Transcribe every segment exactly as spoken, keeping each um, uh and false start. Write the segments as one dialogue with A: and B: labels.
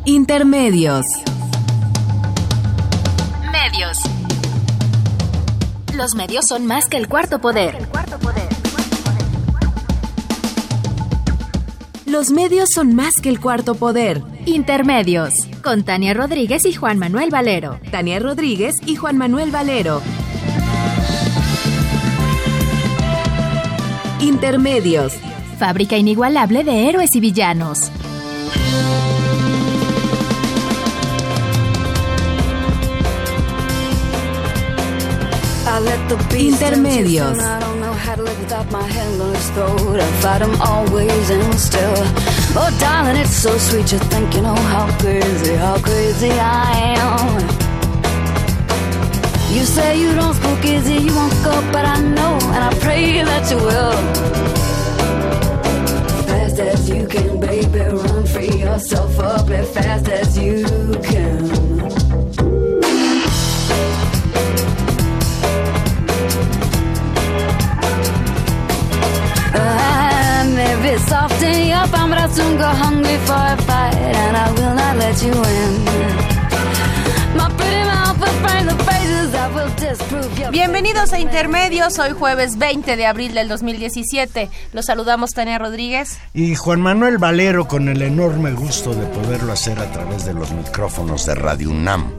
A: Intermedios.
B: Medios. Los medios son más que el cuarto poder.
A: Los medios son más que el cuarto poder.
B: Intermedios. Con Tania Rodríguez y Juan Manuel Valero.
A: Tania Rodríguez y Juan Manuel Valero. Intermedios.
B: Fábrica inigualable de héroes y villanos.
A: Intermedios.
C: You say you don't spook easy, you won't go, but I know, and I pray that you will. Fast as you can, baby, run, free yourself up, as fast as you can. I may be soft in your palm, but I'll soon go hungry for a fight, and I will not let you in.
D: Bienvenidos a Intermedios, hoy jueves veinte de abril del dos mil diecisiete. Los saludamos Tania Rodríguez
E: y Juan Manuel Valero, con el enorme gusto de poderlo hacer a través de los micrófonos de Radio UNAM.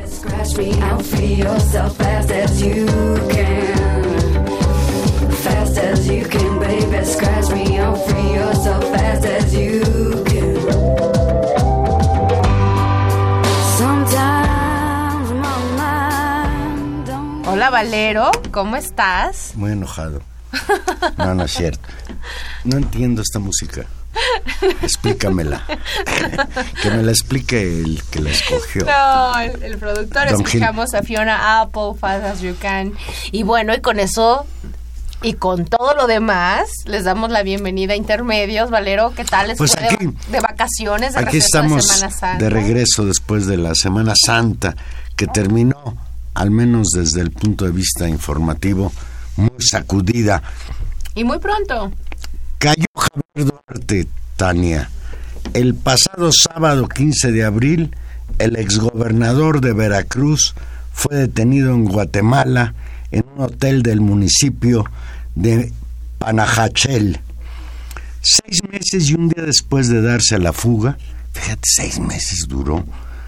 D: Hola Valero, ¿cómo estás?
E: Muy enojado. No, no es cierto. No entiendo esta música. Explícamela. Que me la explique el que la escogió.
D: No, el, el productor. Don Escuchamos Gil. A Fiona Apple, Fast As You Can. Y bueno, y con eso y con todo lo demás, les damos la bienvenida a Intermedios. Valero, ¿qué tal? ¿Les
E: pues
D: fue
E: aquí,
D: de, de vacaciones? De
E: aquí estamos de, Semana Santa? De regreso después de la Semana Santa, que terminó, al menos desde el punto de vista informativo, muy sacudida.
D: Y muy pronto.
E: Cayó Javier Duarte, Tania. El pasado sábado quince de abril, el exgobernador de Veracruz fue detenido en Guatemala, en un hotel del municipio de Panajachel. Seis meses y un día después de darse a la fuga, fíjate, seis meses duró,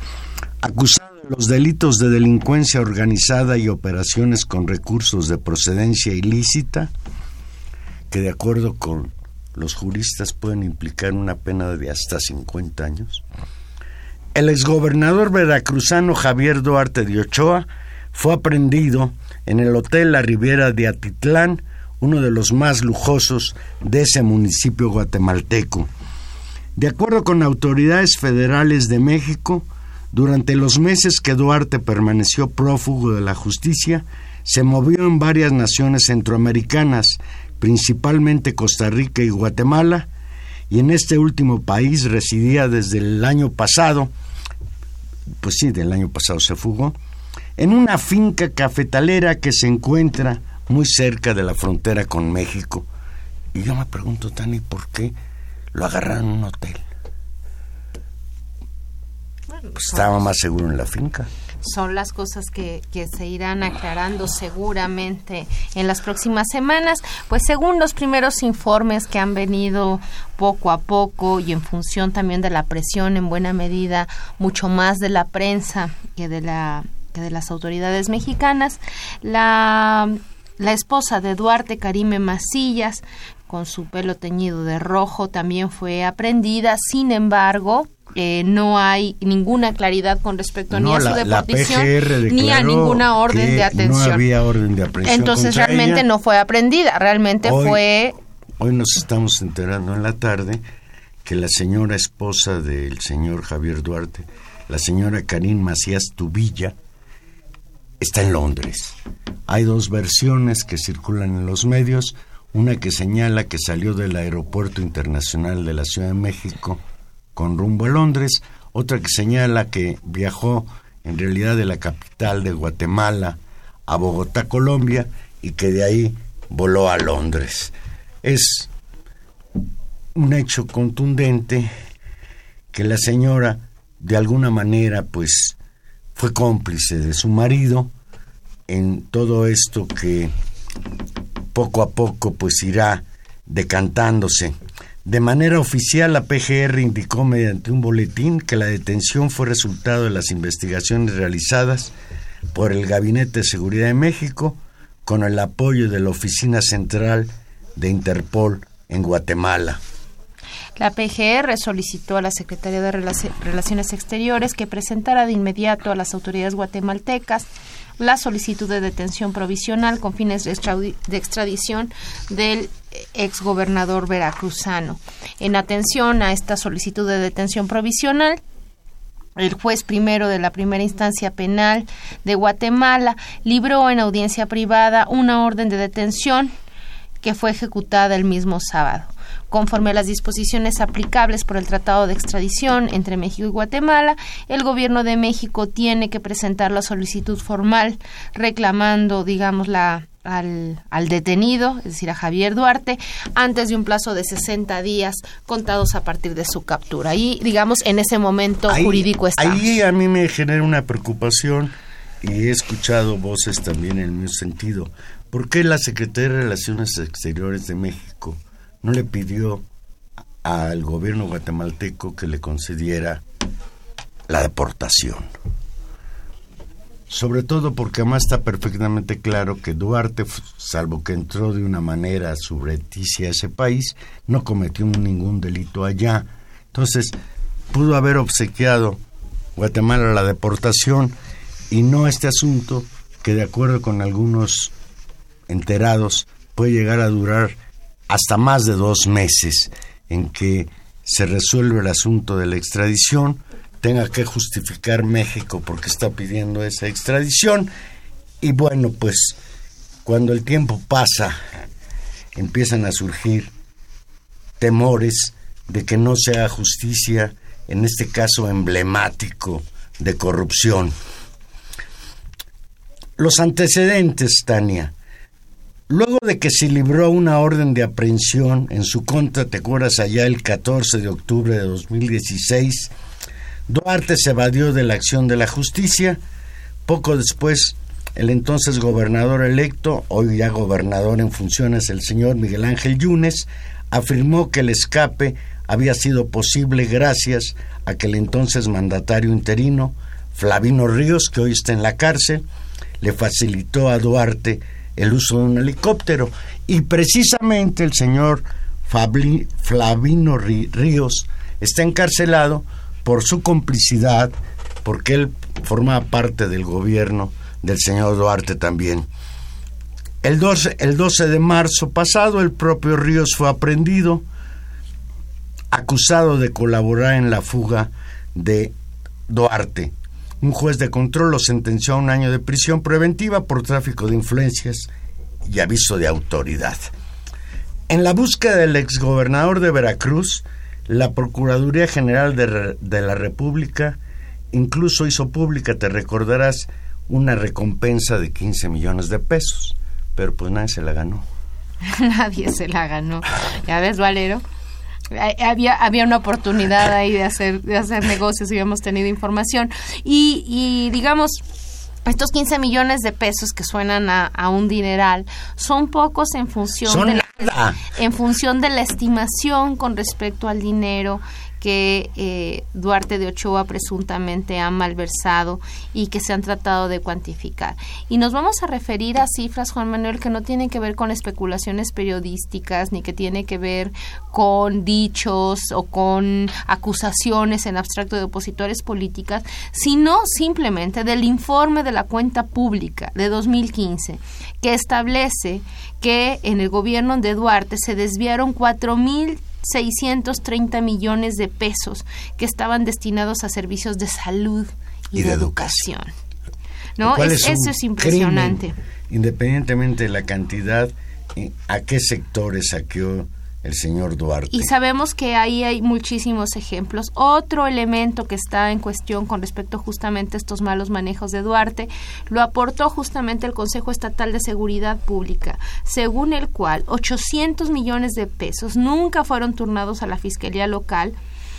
E: acusado los delitos de delincuencia organizada y operaciones con recursos de procedencia ilícita, que de acuerdo con los juristas pueden implicar una pena de hasta cincuenta años. El exgobernador veracruzano Javier Duarte de Ochoa fue aprehendido en el Hotel La Riviera de Atitlán, uno de los más lujosos de ese municipio guatemalteco. De acuerdo con autoridades federales de México, durante los meses que Duarte permaneció prófugo de la justicia, se movió en varias naciones centroamericanas, principalmente Costa Rica y Guatemala, y en este último país residía desde el año pasado, pues sí, del año pasado se fugó, en una finca cafetalera que se encuentra muy cerca de la frontera con México. Y yo me pregunto, Tani, ¿por qué lo agarraron en un hotel? Pues estaba más seguro en la finca.
D: Son las cosas que, que se irán aclarando seguramente en las próximas semanas. Pues según los primeros informes que han venido poco a poco y en función también de la presión en buena medida, mucho más de la prensa que de la que de las autoridades mexicanas, la, la esposa de Duarte, Karime Macías, con su pelo teñido de rojo, también fue aprehendida. Sin embargo, Eh, no hay ninguna claridad con respecto no, ni a su la, deportación la ni a ninguna orden de atención.
E: No había orden de aprehensión.
D: Entonces realmente ella. No fue aprehendida, realmente
E: hoy,
D: fue...
E: Hoy nos estamos enterando en la tarde que la señora esposa del señor Javier Duarte, la señora Karime Macías Tubilla, está en Londres. Hay dos versiones que circulan en los medios, una que señala que salió del Aeropuerto Internacional de la Ciudad de México con rumbo a Londres, otra que señala que viajó en realidad de la capital de Guatemala a Bogotá, Colombia, y que de ahí voló a Londres. Es un hecho contundente que la señora de alguna manera pues fue cómplice de su marido en todo esto que poco a poco pues irá decantándose. De manera oficial, la P G R indicó mediante un boletín que la detención fue resultado de las investigaciones realizadas por el Gabinete de Seguridad de México con el apoyo de la Oficina Central de Interpol en Guatemala.
D: La P G R solicitó a la Secretaría de Relaciones Exteriores que presentara de inmediato a las autoridades guatemaltecas la solicitud de detención provisional con fines de extradición del exgobernador veracruzano. En atención a esta solicitud de detención provisional, el juez primero de la primera instancia penal de Guatemala libró en audiencia privada una orden de detención que fue ejecutada el mismo sábado. Conforme a las disposiciones aplicables por el Tratado de Extradición entre México y Guatemala, el Gobierno de México tiene que presentar la solicitud formal reclamando, digamos, la, al, al detenido, es decir, a Javier Duarte, antes de un plazo de sesenta días contados a partir de su captura. Y, digamos, en ese momento ahí, jurídico estamos.
E: Ahí a mí me genera una preocupación y he escuchado voces también en el mismo sentido. ¿Por qué la Secretaría de Relaciones Exteriores de México no le pidió al gobierno guatemalteco que le concediera la deportación? Sobre todo porque además está perfectamente claro que Duarte, salvo que entró de una manera subrepticia a ese país, no cometió ningún delito allá. Entonces, pudo haber obsequiado Guatemala la deportación y no este asunto que, de acuerdo con algunos enterados, puede llegar a durar hasta más de dos meses en que se resuelve el asunto de la extradición, tenga que justificar México porque está pidiendo esa extradición, y bueno, pues cuando el tiempo pasa empiezan a surgir temores de que no se haga justicia en este caso emblemático de corrupción. Los antecedentes, Tania. Luego de que se libró una orden de aprehensión en su contra, te acuerdas, allá el catorce de octubre de dos mil dieciséis, Duarte se evadió de la acción de la justicia. Poco después, el entonces gobernador electo, hoy ya gobernador en funciones, el señor Miguel Ángel Yunes, afirmó que el escape había sido posible gracias a que el entonces mandatario interino, Flavino Ríos, que hoy está en la cárcel, le facilitó a Duarte el uso de un helicóptero, y precisamente el señor Fabli, Flavino Ríos está encarcelado por su complicidad, porque él formaba parte del gobierno del señor Duarte también. El doce, el doce de marzo pasado, el propio Ríos fue aprehendido, acusado de colaborar en la fuga de Duarte. Un juez de control lo sentenció a un año de prisión preventiva por tráfico de influencias y aviso de autoridad. En la búsqueda del exgobernador de Veracruz, la Procuraduría General de, de la República incluso hizo pública, te recordarás, una recompensa de quince millones de pesos, pero pues nadie se la ganó.
D: Nadie se la ganó. ¿Ya ves, Valero? Había, había una oportunidad ahí de hacer, de hacer negocios y habíamos tenido información. Y, y digamos, estos quince millones de pesos que suenan a, a un dineral son pocos en función
E: son
D: de la,
E: nada.
D: en función de la estimación con respecto al dinero que eh, Duarte de Ochoa presuntamente ha malversado y que se han tratado de cuantificar. Y nos vamos a referir a cifras, Juan Manuel, que no tienen que ver con especulaciones periodísticas, ni que tiene que ver con dichos o con acusaciones en abstracto de opositores políticas, sino simplemente del informe de la cuenta pública de dos mil quince, que establece que en el gobierno de Duarte se desviaron cuatro mil seiscientos treinta millones de pesos que estaban destinados a servicios de salud y, y de, de educación. ¿No? Es, es eso es impresionante.
E: Crimen, independientemente de la cantidad, ¿a qué sectores saqueó el señor Duarte?
D: Y sabemos que ahí hay muchísimos ejemplos. Otro elemento que está en cuestión con respecto justamente a estos malos manejos de Duarte lo aportó justamente el Consejo Estatal de Seguridad Pública, según el cual ochocientos millones de pesos nunca fueron turnados a la Fiscalía Local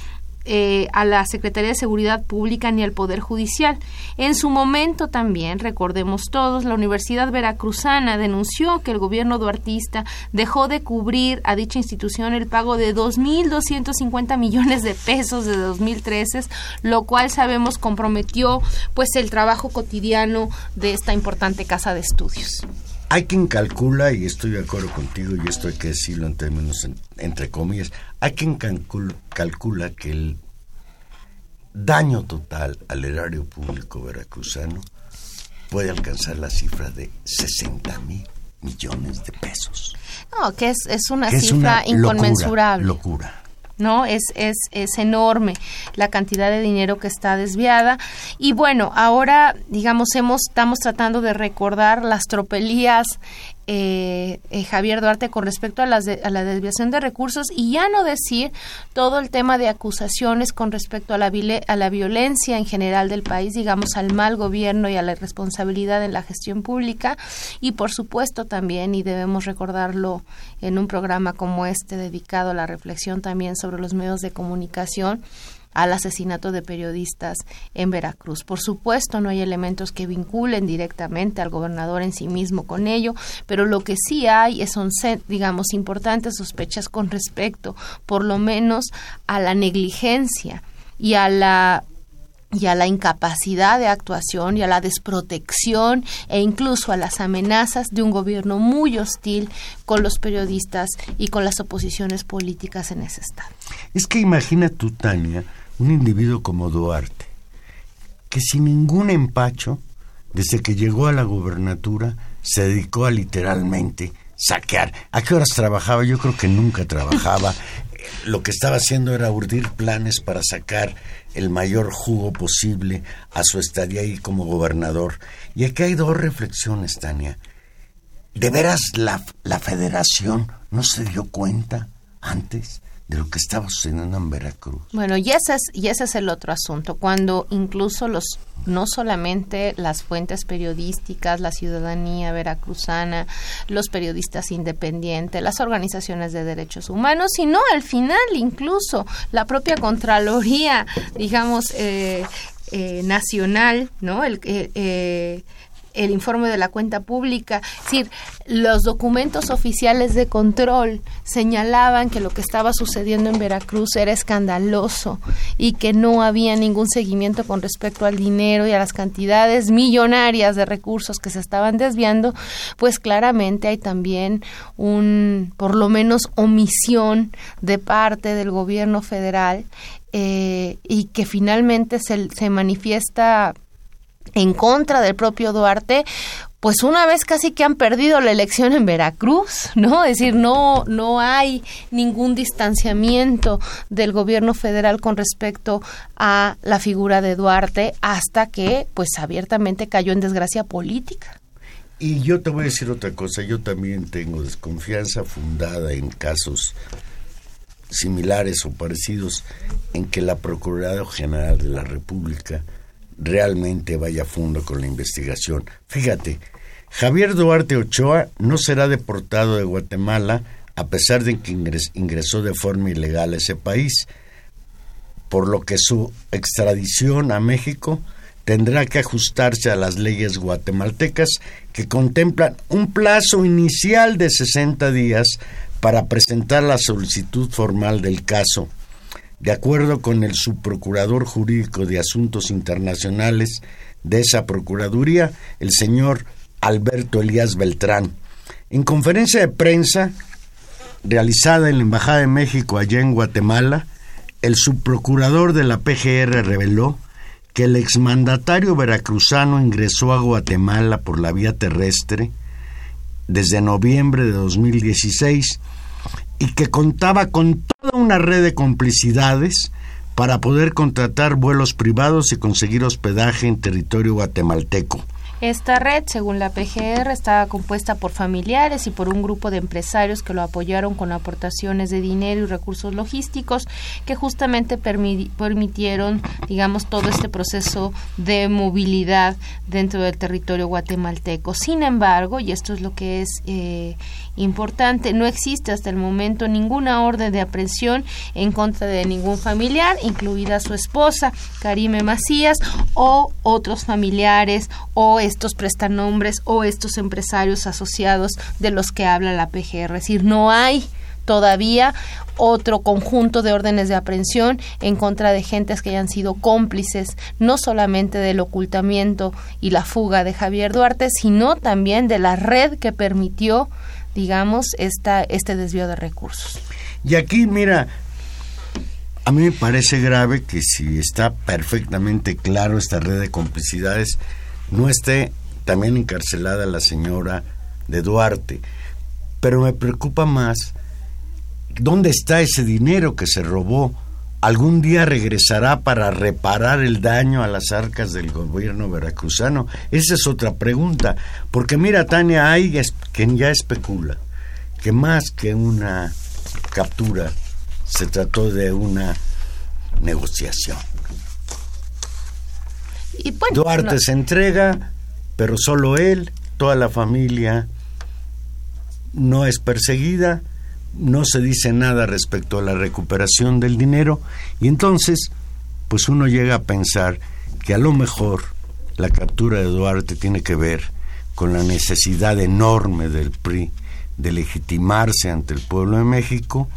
D: eh, a la Secretaría de Seguridad Pública ni al Poder Judicial. En su momento también, recordemos todos, la Universidad Veracruzana denunció que el gobierno duartista dejó de cubrir a dicha institución el pago de dos mil doscientos cincuenta millones de pesos de dos mil trece, lo cual sabemos comprometió pues el trabajo cotidiano de esta importante casa de estudios.
E: Hay quien calcula, y estoy de acuerdo contigo, y esto hay que decirlo en términos en, entre comillas, hay quien calcula, calcula que el daño total al erario público veracruzano puede alcanzar la cifra de sesenta mil millones de pesos.
D: No, que es, es una
E: que
D: cifra
E: es una
D: inconmensurable.
E: Locura, locura.
D: ¿no? Es, es, es enorme la cantidad de dinero que está desviada. Y bueno, ahora, digamos, hemos, estamos tratando de recordar las tropelías eh, eh, Javier Duarte con respecto a, las de, a la desviación de recursos, y ya no decir todo el tema de acusaciones con respecto a la, a la violencia en general del país, digamos, al mal gobierno y a la irresponsabilidad en la gestión pública, y por supuesto también, y debemos recordarlo en un programa como este dedicado a la reflexión también sobre los medios de comunicación, al asesinato de periodistas en Veracruz. Por supuesto, no hay elementos que vinculen directamente al gobernador en sí mismo con ello, pero lo que sí hay son, digamos, importantes sospechas con respecto, por lo menos, a la negligencia y a la y a la incapacidad de actuación y a la desprotección e incluso a las amenazas de un gobierno muy hostil con los periodistas y con las oposiciones políticas en ese estado.
E: Es que imagina tú, Tania, un individuo como Duarte, que sin ningún empacho, desde que llegó a la gobernatura, se dedicó a literalmente saquear. ¿A qué horas trabajaba? Yo creo que nunca trabajaba. Lo que estaba haciendo era urdir planes para sacar el mayor jugo posible a su estadía ahí como gobernador. Y aquí hay dos reflexiones, Tania. ¿De veras la, la federación no se dio cuenta antes de lo que estaba sucediendo en Veracruz?
D: Bueno, y ese es, y ese es el otro asunto, cuando incluso los, no solamente las fuentes periodísticas, la ciudadanía veracruzana, los periodistas independientes, las organizaciones de derechos humanos, sino al final incluso la propia Contraloría, digamos, eh, eh, nacional, ¿no? El eh, eh, el informe de la cuenta pública, es decir, los documentos oficiales de control señalaban que lo que estaba sucediendo en Veracruz era escandaloso y que no había ningún seguimiento con respecto al dinero y a las cantidades millonarias de recursos que se estaban desviando. Pues claramente hay también un, por lo menos, omisión de parte del gobierno federal eh, y que finalmente se, se manifiesta en contra del propio Duarte, pues una vez casi que han perdido la elección en Veracruz, ¿no? Es decir, no, no hay ningún distanciamiento del gobierno federal con respecto a la figura de Duarte hasta que, pues, abiertamente cayó en desgracia política.
E: Y yo te voy a decir otra cosa, yo también tengo desconfianza fundada en casos similares o parecidos en que la Procuraduría General de la República realmente vaya a fondo con la investigación. Fíjate, Javier Duarte Ochoa no será deportado de Guatemala a pesar de que ingres, ingresó de forma ilegal a ese país, por lo que su extradición a México tendrá que ajustarse a las leyes guatemaltecas que contemplan un plazo inicial de sesenta días para presentar la solicitud formal del caso. De acuerdo con el subprocurador jurídico de Asuntos Internacionales de esa Procuraduría, el señor Alberto Elías Beltrán, en conferencia de prensa realizada en la Embajada de México allá en Guatemala, el subprocurador de la P G R reveló que el exmandatario veracruzano ingresó a Guatemala por la vía terrestre desde noviembre de dos mil dieciséis y que contaba con toda una red de complicidades para poder contratar vuelos privados y conseguir hospedaje en territorio guatemalteco.
D: Esta red, según la P G R, estaba compuesta por familiares y por un grupo de empresarios que lo apoyaron con aportaciones de dinero y recursos logísticos que justamente permi- permitieron, digamos, todo este proceso de movilidad dentro del territorio guatemalteco. Sin embargo, y esto es lo que es eh, importante, no existe hasta el momento ninguna orden de aprehensión en contra de ningún familiar, incluida su esposa, Karime Macías, o otros familiares, o estos prestanombres, o estos empresarios asociados de los que habla la P G R. Es decir, no hay todavía otro conjunto de órdenes de aprehensión en contra de gentes que hayan sido cómplices, no solamente del ocultamiento y la fuga de Javier Duarte, sino también de la red que permitió, digamos, esta, este desvío de recursos.
E: Y aquí, mira, a mí me parece grave que si está perfectamente claro esta red de complicidades, no esté también encarcelada la señora de Duarte. Pero me preocupa más, ¿dónde está ese dinero que se robó? ¿Algún día regresará para reparar el daño a las arcas del gobierno veracruzano? Esa es otra pregunta. Porque mira, Tania, hay es, quien ya especula que más que una captura se trató de una negociación.
D: Y bueno,
E: Duarte
D: no.
E: se entrega, pero solo él, toda la familia no es perseguida, no se dice nada respecto a la recuperación del dinero, y entonces pues uno llega a pensar que a lo mejor la captura de Duarte tiene que ver con la necesidad enorme del P R I de legitimarse ante el pueblo de México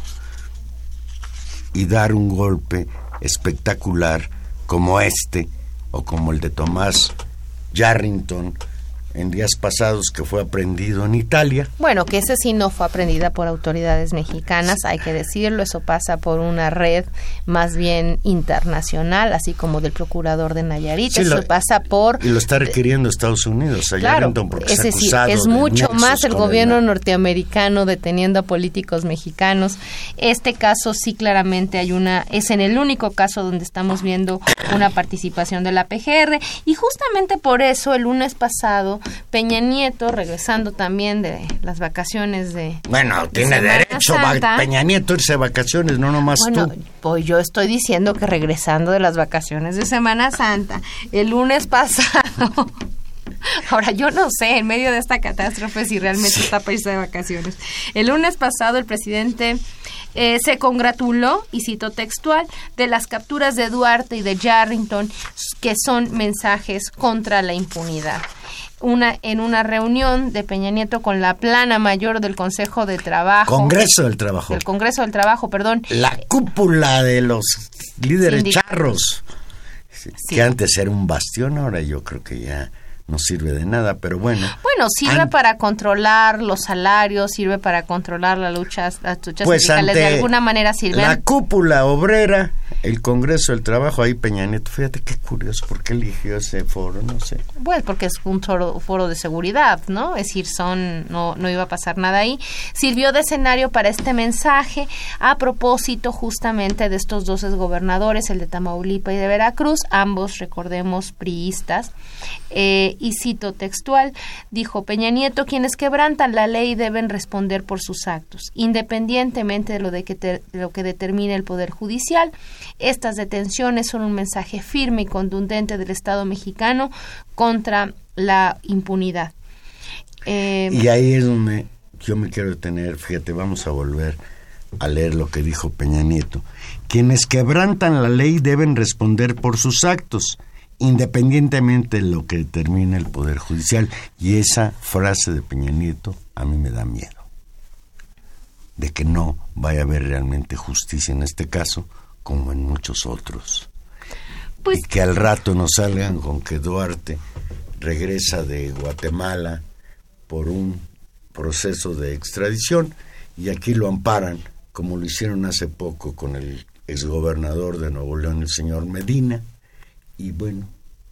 E: y dar un golpe espectacular como este o como el de Tomás Yarrington en días pasados, que fue aprehendido en Italia.
D: Bueno, que ese sí no fue aprendida por autoridades mexicanas, hay que decirlo, eso pasa por una red más bien internacional, así como del procurador de Nayarit, sí, eso lo, pasa por...
E: Y lo está requiriendo Estados Unidos, a
D: claro,
E: Yarrington, porque
D: es
E: es
D: decir,
E: acusado
D: es
E: de
D: mucho
E: nexos
D: más el
E: con
D: gobierno
E: el...
D: norteamericano deteniendo a políticos mexicanos. Este caso sí claramente hay una, es en el único caso donde estamos viendo una participación de la P G R, y justamente por eso el lunes pasado Peña Nieto, regresando también de las vacaciones de
E: Bueno, tiene
D: de
E: derecho va, Peña Nieto irse de vacaciones, no nomás
D: bueno,
E: tú.
D: Pues yo estoy diciendo que regresando de las vacaciones de Semana Santa, el lunes pasado... Ahora, yo no sé, en medio de esta catástrofe, si realmente sí está para irse de vacaciones. El lunes pasado, el presidente eh, se congratuló, y cito textual, de las capturas de Duarte y de Yarrington, que son mensajes contra la impunidad. Una, en una reunión de Peña Nieto con la plana mayor del Consejo de Trabajo.
E: Congreso del Trabajo.
D: Del Congreso del Trabajo, perdón.
E: La cúpula de los líderes
D: Sindic-
E: charros.
D: Sí.
E: Que antes era un bastión, ahora yo creo que ya no sirve de nada, pero bueno.
D: Bueno, sirve
E: an-
D: para controlar los salarios, sirve para controlar las luchas, las luchas
E: pues
D: sindicales, de alguna manera sirven.
E: La cúpula obrera, el Congreso del Trabajo, ahí Peña Nieto, fíjate qué curioso, ¿por qué eligió ese foro? No sé.
D: Pues porque es un foro, foro de seguridad, ¿no? Es decir, son no no iba a pasar nada ahí. Sirvió de escenario para este mensaje a propósito justamente de estos dos exgobernadores, el de Tamaulipas y de Veracruz, ambos, recordemos, priistas. Eh, y cito textual, dijo Peña Nieto: quienes quebrantan la ley deben responder por sus actos, independientemente de lo de que te, de lo que determine el Poder Judicial. Estas detenciones son un mensaje firme y contundente del Estado mexicano contra la impunidad. Eh,
E: y ahí es donde yo me quiero detener, fíjate, vamos a volver a leer lo que dijo Peña Nieto. Quienes quebrantan la ley deben responder por sus actos, independientemente de lo que determine el Poder Judicial. Y esa frase de Peña Nieto a mí me da miedo, de que no vaya a haber realmente justicia en este caso, como en muchos otros. Pues, y que al rato nos salgan con que Duarte regresa de Guatemala por un proceso de extradición y aquí lo amparan, como lo hicieron hace poco con el exgobernador de Nuevo León, el señor Medina. Y bueno,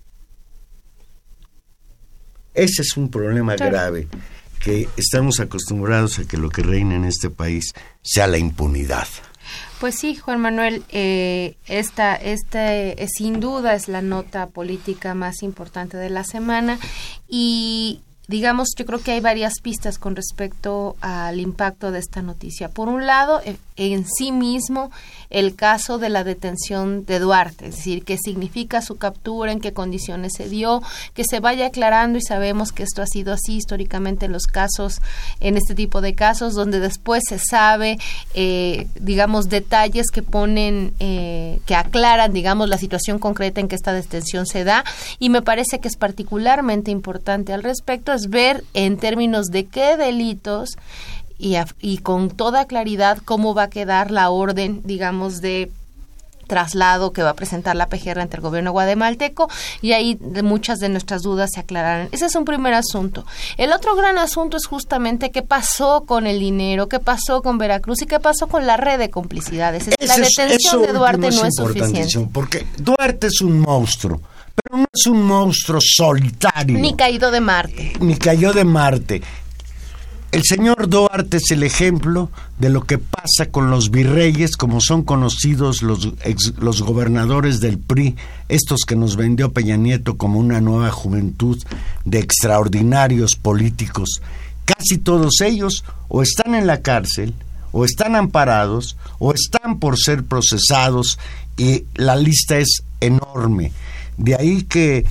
E: ese es un problema claro. grave, que estamos acostumbrados a que lo que reina en este país sea la impunidad.
D: Pues sí, Juan Manuel, eh, esta, esta eh, sin duda es la nota política más importante de la semana y digamos, yo creo que hay varias pistas con respecto al impacto de esta noticia. Por un lado, en sí mismo, el caso de la detención de Duarte, es decir, qué significa su captura, en qué condiciones se dio, que se vaya aclarando y sabemos que esto ha sido así históricamente en los casos, en este tipo de casos, donde después se sabe, eh, digamos, detalles que ponen, eh, que aclaran, digamos, la situación concreta en que esta detención se da, y me parece que es particularmente importante al respecto, es ver en términos de qué delitos y, a, y con toda claridad cómo va a quedar la orden, digamos, de traslado que va a presentar la P G R ante el gobierno guatemalteco, y ahí de muchas de nuestras dudas se aclararán. Ese es un primer asunto. El otro gran asunto es justamente qué pasó con el dinero, qué pasó con Veracruz y qué pasó con la red de complicidades. Es, la detención de Duarte no es suficiente.
E: Porque Duarte es un monstruo, pero no es un monstruo solitario.
D: Ni caído de Marte.
E: Ni cayó de Marte. El señor Duarte es el ejemplo de lo que pasa con los virreyes, como son conocidos los, ex, los gobernadores del P R I, estos que nos vendió Peña Nieto como una nueva juventud de extraordinarios políticos. Casi todos ellos o están en la cárcel, o están amparados, o están por ser procesados, y la lista es enorme. De ahí que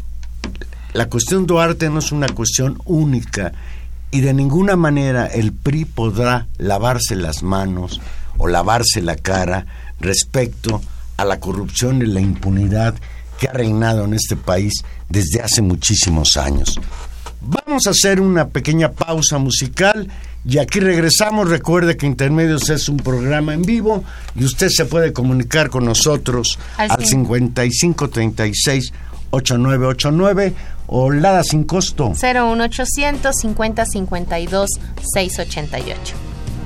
E: la cuestión Duarte no es una cuestión única, y de ninguna manera el P R I podrá lavarse las manos o lavarse la cara respecto a la corrupción y la impunidad que ha reinado en este país desde hace muchísimos años. Vamos a hacer una pequeña pausa musical y aquí regresamos. Recuerde que Intermedios es un programa en vivo y usted se puede comunicar con nosotros al, al cincuenta y cinco treinta y seis ochenta y nueve ochenta y nueve o Lada sin costo
D: cero uno ochocientos cincuenta cincuenta y dos seiscientos ochenta y ocho.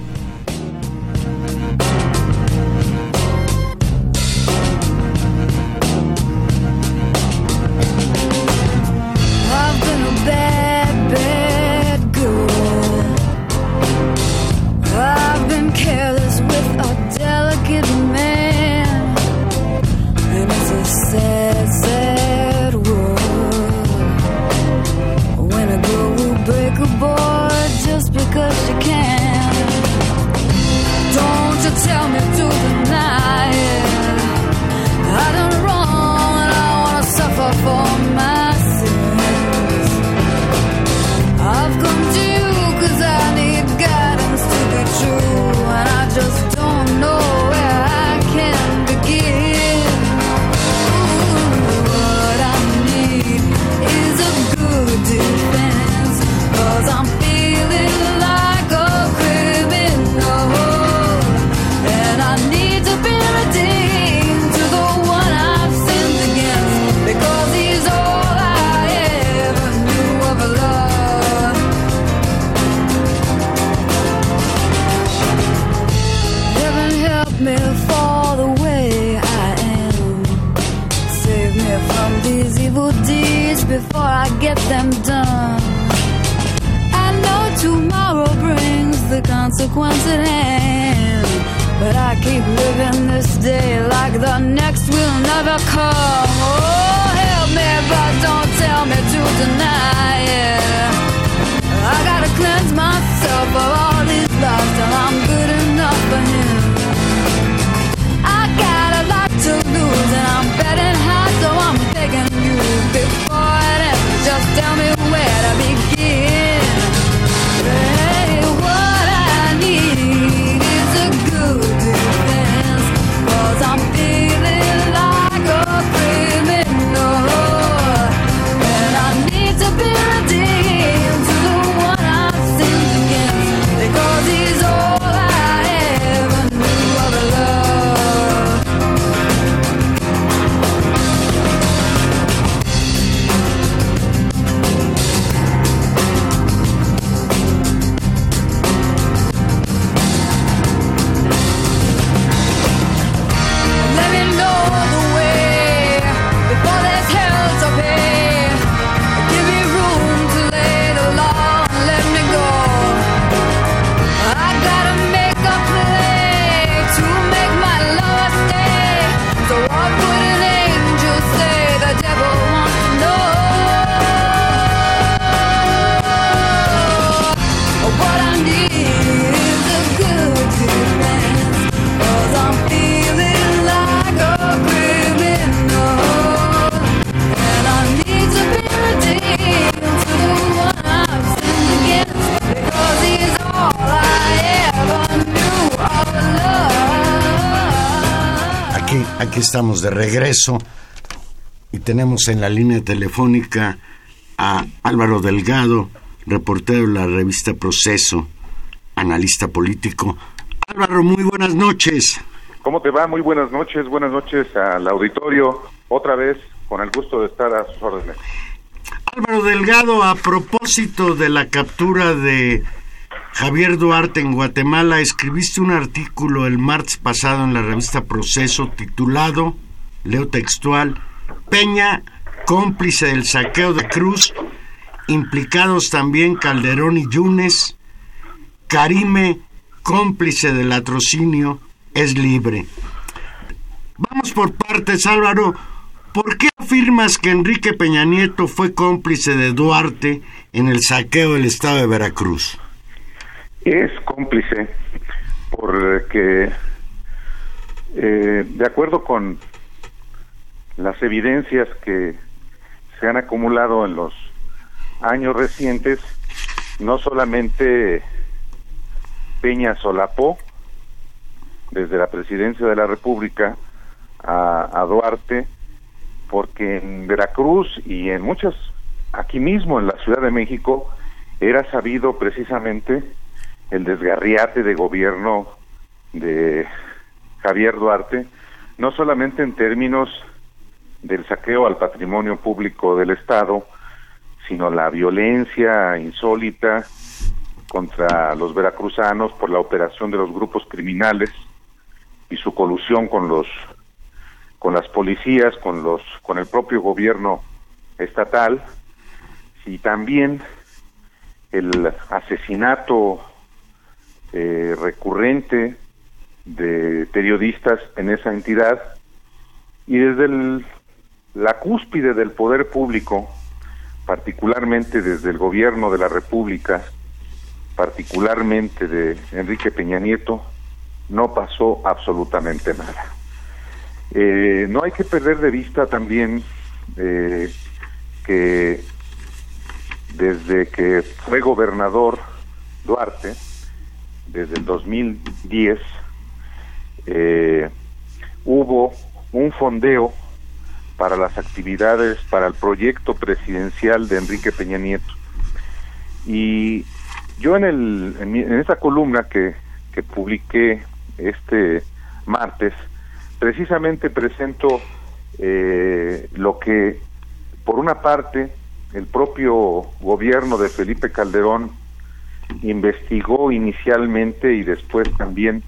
C: Before I get them done, I know tomorrow brings the consequence at hand, but I keep living this day like the next will never come. Oh, help me, but don't tell me to deny it. I gotta cleanse myself of all these lies till I'm good enough for him. I got a lot to lose and I'm betting high, so I'm begging you before just tell me where to begin. Hey, what I need is a good defense, 'cause I'm feeling like a criminal, and I need to be
E: Aquí, aquí estamos de regreso y tenemos en la línea telefónica a Álvaro Delgado, reportero de la revista Proceso, analista político. Álvaro, muy buenas noches.
F: ¿Cómo te va? Muy buenas noches, buenas noches al auditorio, otra vez con el gusto de estar a sus órdenes.
E: Álvaro Delgado, a propósito de la captura de Javier Duarte en Guatemala, escribiste un artículo el martes pasado en la revista Proceso titulado, leo textual, Peña, cómplice del saqueo de Cruz, implicados también Calderón y Yunes, Karime, cómplice del latrocinio, es libre. Vamos por partes, Álvaro. ¿Por qué afirmas que Enrique Peña Nieto fue cómplice de Duarte en el saqueo del estado de Veracruz?
F: Es cómplice porque, eh, de acuerdo con las evidencias que se han acumulado en los años recientes, no solamente Peña solapó desde la presidencia de la República a, a Duarte, porque en Veracruz y en muchas, aquí mismo en la Ciudad de México, era sabido precisamente el desgarriate de gobierno de Javier Duarte, no solamente en términos del saqueo al patrimonio público del Estado, sino la violencia insólita contra los veracruzanos por la operación de los grupos criminales y su colusión con los con las policías, con los con el propio gobierno estatal, y también el asesinato eh, recurrente de periodistas en esa entidad, y desde el, la cúspide del poder público, particularmente desde el gobierno de la República, particularmente de Enrique Peña Nieto, no pasó absolutamente nada. Eh, no hay que perder de vista también eh, que desde que fue gobernador Duarte, desde el dos mil diez, eh, hubo un fondeo para las actividades, para el proyecto presidencial de Enrique Peña Nieto. Y yo en el en, mi, en esa columna que, que publiqué este martes, precisamente presento eh, lo que, por una parte, el propio gobierno de Felipe Calderón investigó inicialmente y después también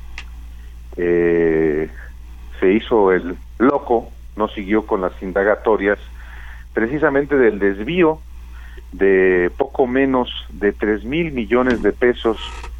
F: eh, se hizo el loco, no siguió con las indagatorias, precisamente del desvío de poco menos de tres mil millones de pesos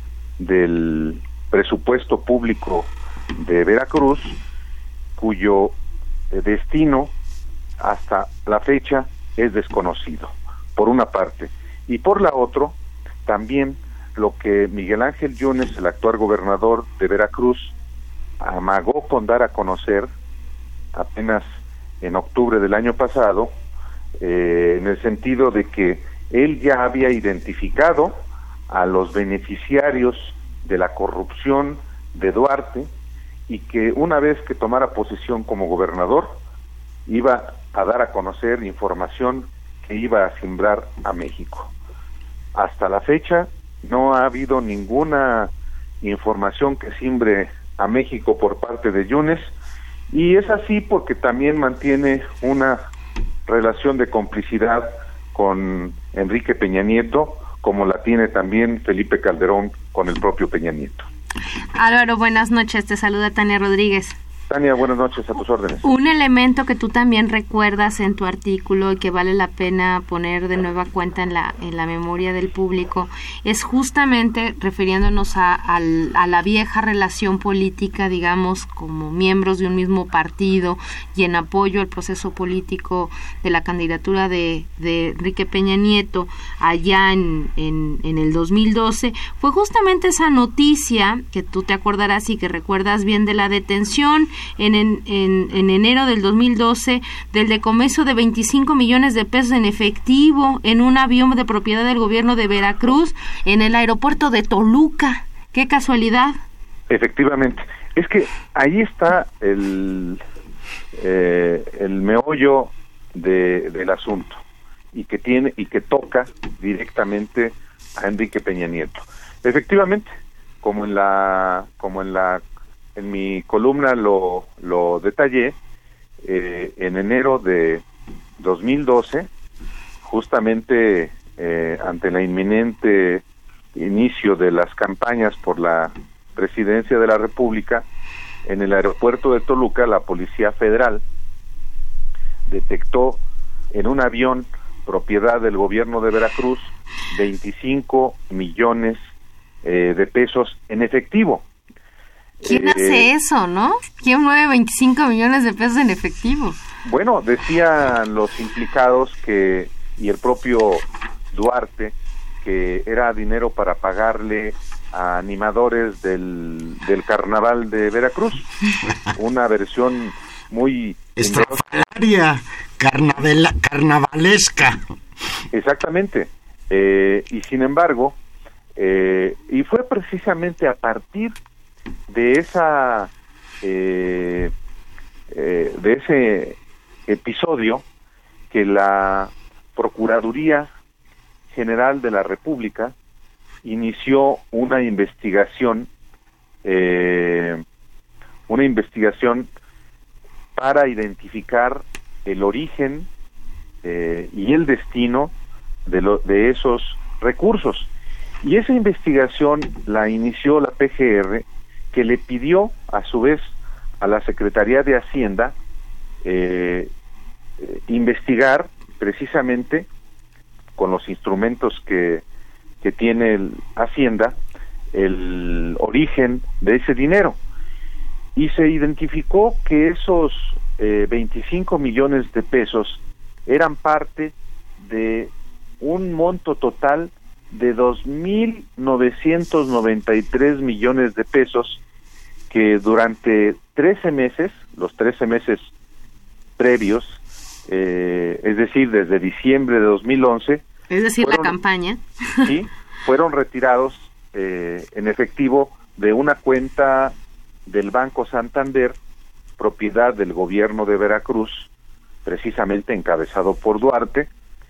F: del presupuesto público de Veracruz, cuyo eh, destino hasta la fecha es desconocido, por una parte, y por la otra, también lo que Miguel Ángel Yunes, el actual gobernador de Veracruz, amagó con dar a conocer apenas en octubre del año pasado, eh, en el sentido de que él ya había identificado a los beneficiarios de la corrupción de Duarte, y que una vez que tomara posesión como gobernador, iba a dar a conocer información que iba a simbrar a México. Hasta la fecha no ha habido ninguna información que simbre a México por parte de Yunes, y es así porque también mantiene una relación de complicidad con Enrique Peña Nieto, como la tiene también Felipe Calderón con el propio Peña Nieto.
D: Álvaro, buenas noches, te saluda Tania Rodríguez.
F: Tania, buenas noches, a tus órdenes.
D: Un elemento que tú también recuerdas en tu artículo y que vale la pena poner de nueva cuenta en la en la memoria del público es justamente refiriéndonos a, a, a la vieja relación política, digamos, como miembros de un mismo partido y en apoyo al proceso político de la candidatura de, de Enrique Peña Nieto allá en, en, en el dos mil doce. Fue justamente esa noticia que tú te acordarás y que recuerdas bien de la detención En, en, en enero del dos mil doce del decomiso de veinticinco millones de pesos en efectivo en un avión de propiedad del gobierno de Veracruz en el aeropuerto de Toluca. ¡Qué casualidad!
F: Efectivamente. Es que ahí está el, eh, el meollo de, del asunto y que tiene y que toca directamente a Enrique Peña Nieto. Efectivamente, como en la como en la en mi columna lo lo detallé, eh, en enero de dos mil doce, justamente eh, ante la inminente inicio de las campañas por la presidencia de la República, en el aeropuerto de Toluca, la Policía Federal detectó en un avión propiedad del gobierno de Veracruz veinticinco millones eh, de pesos en efectivo.
D: ¿Quién eh, hace eso, no? ¿Quién mueve veinticinco millones de pesos en efectivo?
F: Bueno, decían los implicados que, y el propio Duarte, que era dinero para pagarle a animadores del, del carnaval de Veracruz. Una versión muy
E: estrafalaria, carnavela, carnavalesca.
F: Exactamente. Eh, y sin embargo, eh, y fue precisamente a partir de esa eh, eh, de ese episodio que la Procuraduría General de la República inició una investigación eh, una investigación para identificar el origen eh, y el destino de, lo, de esos recursos. Y esa investigación la inició la P G R, que le pidió a su vez a la Secretaría de Hacienda eh, eh, investigar precisamente con los instrumentos que, que tiene el Hacienda el origen de ese dinero. Y se identificó que esos eh, veinticinco millones de pesos eran parte de un monto total de dos mil novecientos noventa y tres millones de pesos que durante trece meses, los trece meses previos, eh, es decir, desde diciembre de dos mil once,
D: es decir,
F: fueron,
D: la campaña,
F: sí, fueron retirados eh, en efectivo de una cuenta del Banco Santander, propiedad del gobierno de Veracruz, precisamente encabezado por Duarte.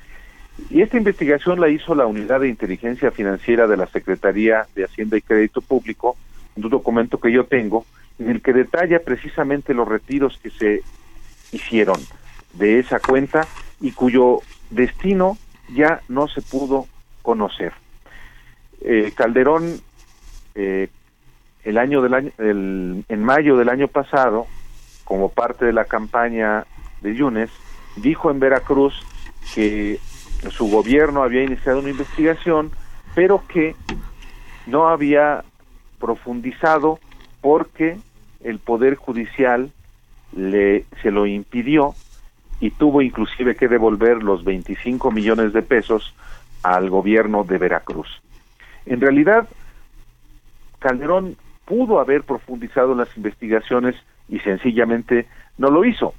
F: Y esta investigación la hizo la Unidad de Inteligencia Financiera de la Secretaría de Hacienda y Crédito Público, un documento que yo tengo, en el que detalla precisamente los retiros que se hicieron de esa cuenta y cuyo destino ya no se pudo conocer. Eh, Calderón, eh, el año del año, el, en mayo del año pasado, como parte de la campaña de Yunes, dijo en Veracruz que su gobierno había iniciado una investigación, pero que no había profundizado porque el Poder Judicial le se lo impidió y tuvo inclusive que devolver los veinticinco millones de pesos al gobierno de Veracruz. En realidad, Calderón pudo haber profundizado en las investigaciones y sencillamente no lo hizo.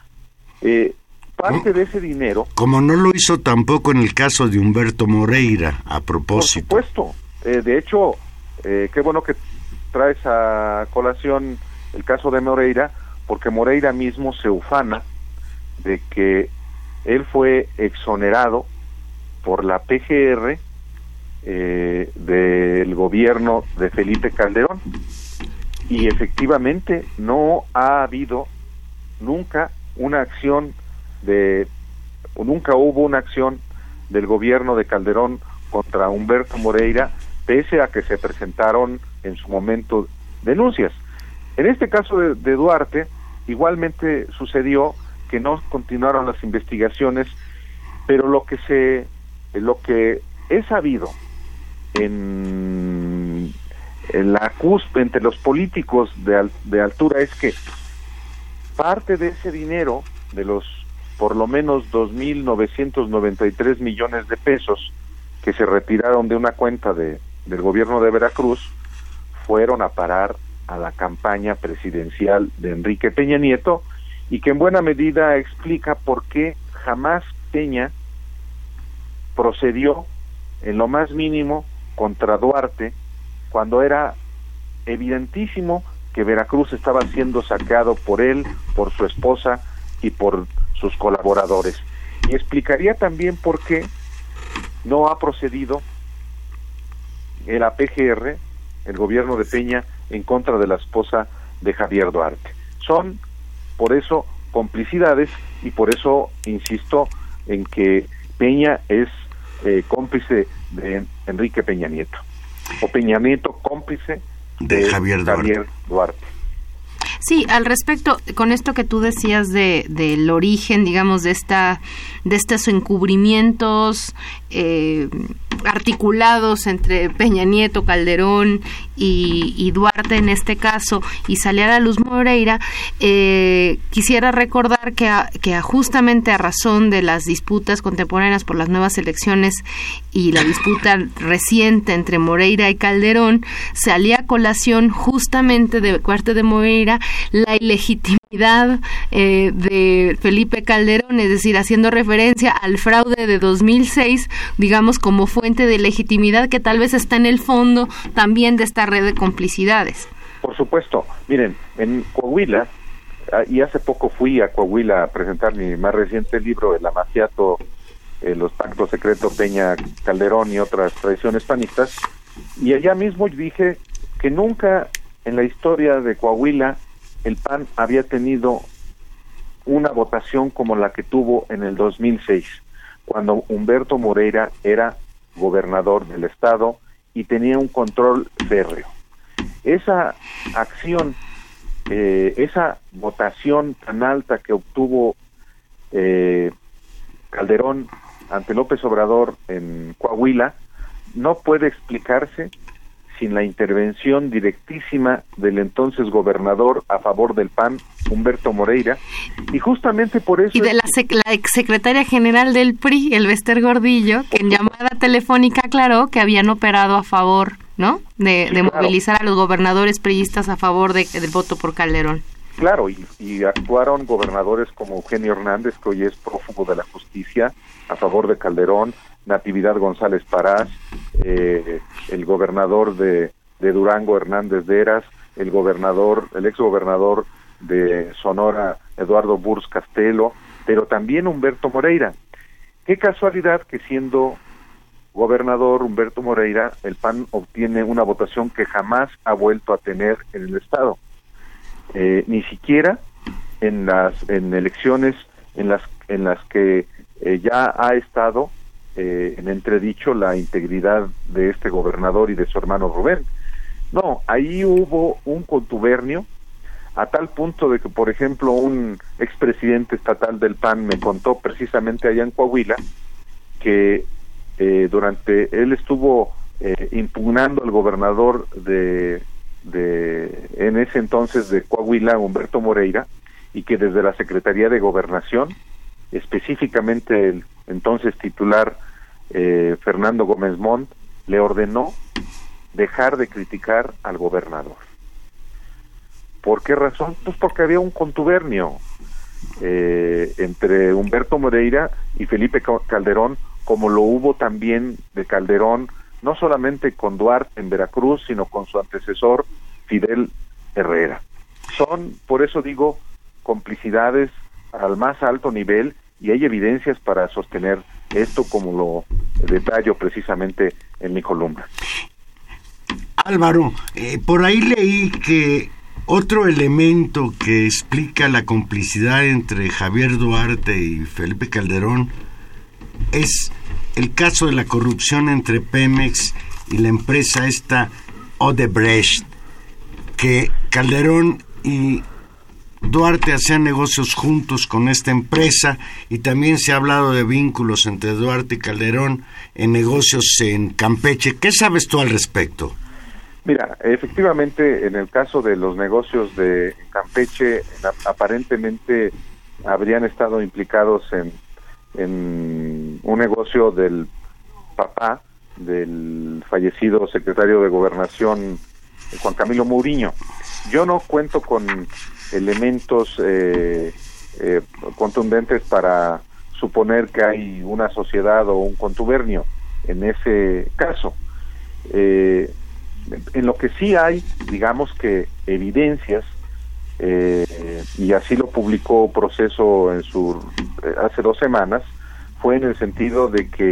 F: Eh, parte de ese dinero...
E: Como no lo hizo tampoco en el caso de Humberto Moreira, a propósito.
F: Por supuesto. Eh, de hecho, eh, qué bueno que traes a colación el caso de Moreira, porque Moreira mismo se ufana de que él fue exonerado por la P G R eh, del gobierno de Felipe Calderón. Y efectivamente no ha habido nunca una acción de, o nunca hubo una acción del gobierno de Calderón contra Humberto Moreira, pese a que se presentaron en su momento denuncias. En este caso de, de Duarte, igualmente sucedió que no continuaron las investigaciones, pero lo que se, lo que he sabido en, en la cúspide entre los políticos de, al, de altura es que parte de ese dinero, de los por lo menos dos mil novecientos noventa y tres millones de pesos que se retiraron de una cuenta de, del gobierno de Veracruz, fueron a parar a la campaña presidencial de Enrique Peña Nieto, y que en buena medida explica por qué jamás Peña procedió en lo más mínimo contra Duarte, cuando era evidentísimo que Veracruz estaba siendo saqueado por él, por su esposa y por sus colaboradores. Y explicaría también por qué no ha procedido el A P G R, el gobierno de Peña, en contra de la esposa de Javier Duarte. Son, por eso, complicidades, y por eso insisto en que Peña es eh, cómplice de Enrique Peña Nieto, o Peña Nieto cómplice de, de Javier Duarte. Javier Duarte.
D: Sí, al respecto, con esto que tú decías de del origen, digamos, de esta de estos encubrimientos eh, articulados entre Peña Nieto, Calderón y, y Duarte en este caso, y salía a la luz Moreira, eh, quisiera recordar que, a, que a justamente a razón de las disputas contemporáneas por las nuevas elecciones y la disputa reciente entre Moreira y Calderón, salía a colación justamente de parte de Moreira la ilegitimidad eh, de Felipe Calderón, es decir, haciendo referencia al fraude de dos mil seis, digamos, como fuente de legitimidad que tal vez está en el fondo también de esta red de complicidades.
F: Por supuesto. Miren, en Coahuila, y hace poco fui a Coahuila a presentar mi más reciente libro, El Amaciato, eh, los pactos secretos Peña Calderón y otras tradiciones panistas, y allá mismo dije que nunca en la historia de Coahuila el P A N había tenido una votación como la que tuvo en el dos mil seis, cuando Humberto Moreira era gobernador del estado y tenía un control férreo. Esa acción, eh, esa votación tan alta que obtuvo eh, Calderón ante López Obrador en Coahuila, no puede explicarse sin la intervención directísima del entonces gobernador a favor del P A N, Humberto Moreira, y justamente por eso...
D: Y de la, sec la exsecretaria general del P R I, Elvester Gordillo, que en llamada telefónica aclaró que habían operado a favor, ¿no?, de, sí, de claro. movilizar a los gobernadores priistas a favor de, del voto por Calderón.
F: Claro, y, y actuaron gobernadores como Eugenio Hernández, que hoy es prófugo de la justicia, a favor de Calderón, Natividad González Parás, eh, el gobernador de, de Durango, Hernández de Eras, el gobernador, el ex gobernador de Sonora, Eduardo Burs Castelo, pero también Humberto Moreira. Qué casualidad que siendo gobernador Humberto Moreira, el P A N obtiene una votación que jamás ha vuelto a tener en el estado. Eh, ni siquiera en las en elecciones en las en las que eh, ya ha estado eh, en entredicho la integridad de este gobernador y de su hermano Rubén. No, ahí hubo un contubernio a tal punto de que, por ejemplo, un expresidente estatal del P A N me contó precisamente allá en Coahuila que eh, durante él estuvo eh, impugnando al gobernador de de en ese entonces de Coahuila, Humberto Moreira, y que desde la Secretaría de Gobernación, específicamente el entonces titular eh, Fernando Gómez Montt, le ordenó dejar de criticar al gobernador. ¿Por qué razón? Pues porque había un contubernio eh, entre Humberto Moreira y Felipe Calderón, como lo hubo también de Calderón, no solamente con Duarte en Veracruz, sino con su antecesor Fidel Herrera. Son, por eso digo, complicidades al más alto nivel, y hay evidencias para sostener esto, como lo detallo precisamente en mi columna.
E: Álvaro, eh, por ahí leí que otro elemento que explica la complicidad entre Javier Duarte y Felipe Calderón es el caso de la corrupción entre Pemex y la empresa esta Odebrecht, que Calderón y Duarte hacían negocios juntos con esta empresa, y también se ha hablado de vínculos entre Duarte y Calderón en negocios en Campeche. ¿Qué sabes tú al respecto?
F: Mira, efectivamente, en el caso de los negocios de Campeche, aparentemente habrían estado implicados en en un negocio del papá del fallecido secretario de Gobernación, Juan Camilo Mourinho. Yo no cuento con elementos eh, eh, contundentes para suponer que hay una sociedad o un contubernio en ese caso. Eh, en lo que sí hay, digamos que evidencias, eh, y así lo publicó Proceso en su eh, hace dos semanas, fue en el sentido de que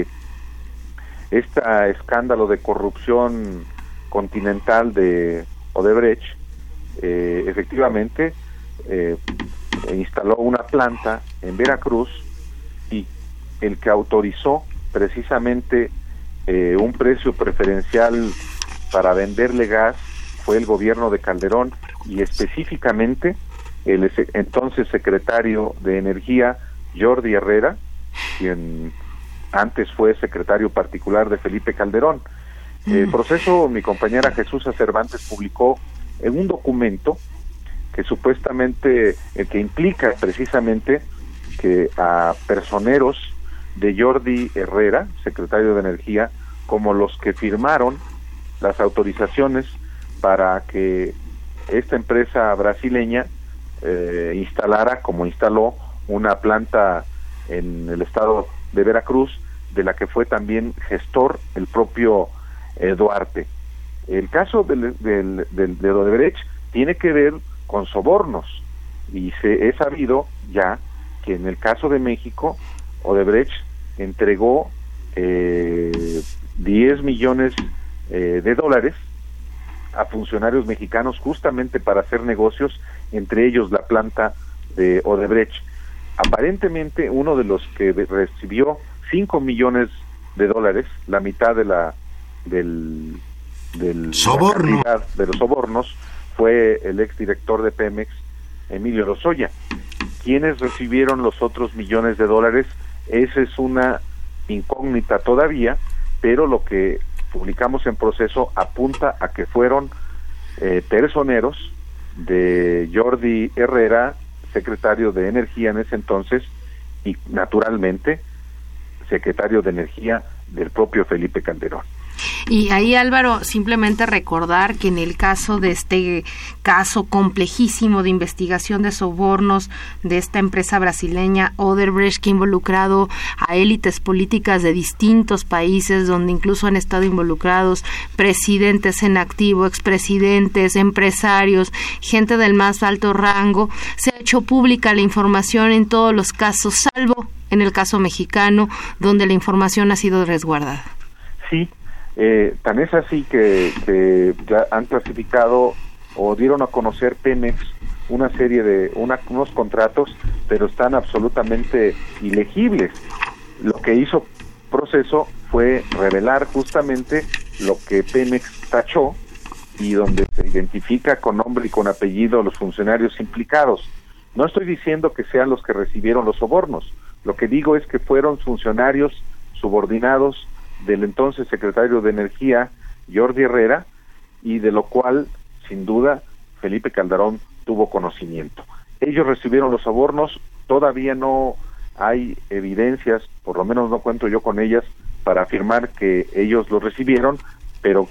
F: este escándalo de corrupción continental de Odebrecht, eh, efectivamente eh, instaló una planta en Veracruz, y el que autorizó precisamente eh, un precio preferencial para venderle gas fue el gobierno de Calderón, y específicamente el entonces secretario de Energía, Jordi Herrera, quien antes fue secretario particular de Felipe Calderón. Mm. El Proceso, mi compañera Jesús Cervantes publicó en un documento que supuestamente, el que implica precisamente que a personeros de Jordi Herrera, secretario de Energía, como los que firmaron las autorizaciones para que esta empresa brasileña eh, instalara, como instaló, una planta en el estado de Veracruz, de la que fue también gestor el propio eh, Duarte. El caso del, del, del, de Odebrecht tiene que ver con sobornos, y se he sabido ya que en el caso de México, Odebrecht entregó eh, diez millones eh, de dólares a funcionarios mexicanos justamente para hacer negocios, entre ellos la planta de Odebrecht. Aparentemente uno de los que recibió cinco millones de dólares, la mitad de la del, del
E: soborno,
F: la de los sobornos, fue el exdirector de Pemex, Emilio Lozoya. ¿Quiénes recibieron los otros millones de dólares? Esa es una incógnita todavía, pero lo que publicamos en Proceso apunta a que fueron eh, personeros de Jordi Herrera, secretario de Energía en ese entonces, y naturalmente secretario de Energía del propio Felipe Calderón.
D: Y ahí, Álvaro, simplemente recordar que en el caso de este caso complejísimo de investigación de sobornos de esta empresa brasileña Odebrecht, que ha involucrado a élites políticas de distintos países, donde incluso han estado involucrados presidentes en activo, expresidentes, empresarios, gente del más alto rango, se ha hecho pública la información en todos los casos, salvo en el caso mexicano, donde la información ha sido resguardada.
F: Sí. Eh, tan es así que, que ya han clasificado o dieron a conocer Pemex una serie de una, unos contratos, pero están absolutamente ilegibles. Lo que hizo Proceso fue revelar justamente lo que Pemex tachó, y donde se identifica con nombre y con apellido a los funcionarios implicados. No estoy diciendo que sean los que recibieron los sobornos, lo que digo es que fueron funcionarios subordinados del entonces secretario de Energía, Jordi Herrera, y de lo cual, sin duda, Felipe Calderón tuvo conocimiento. Ellos recibieron los sobornos, todavía no hay evidencias, por lo menos no cuento yo con ellas, para afirmar que ellos los recibieron, pero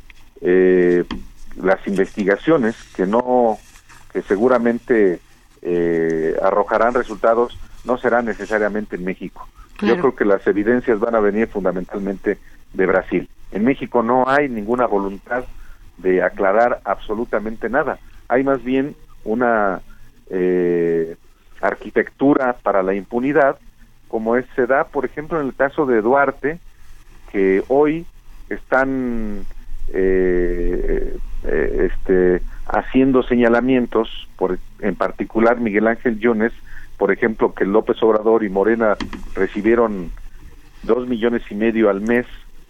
F: eh, las investigaciones, que no, que seguramente eh, arrojarán resultados, no serán necesariamente en México. Claro. Yo creo que las evidencias van a venir fundamentalmente de Brasil. En México no hay ninguna voluntad de aclarar absolutamente nada. Hay más bien una eh, arquitectura para la impunidad, como es, se da, por ejemplo, en el caso de Duarte, que hoy están eh, eh, este, haciendo señalamientos, por, en particular Miguel Ángel Yunes, por ejemplo, que López Obrador y Morena recibieron dos millones y medio al mes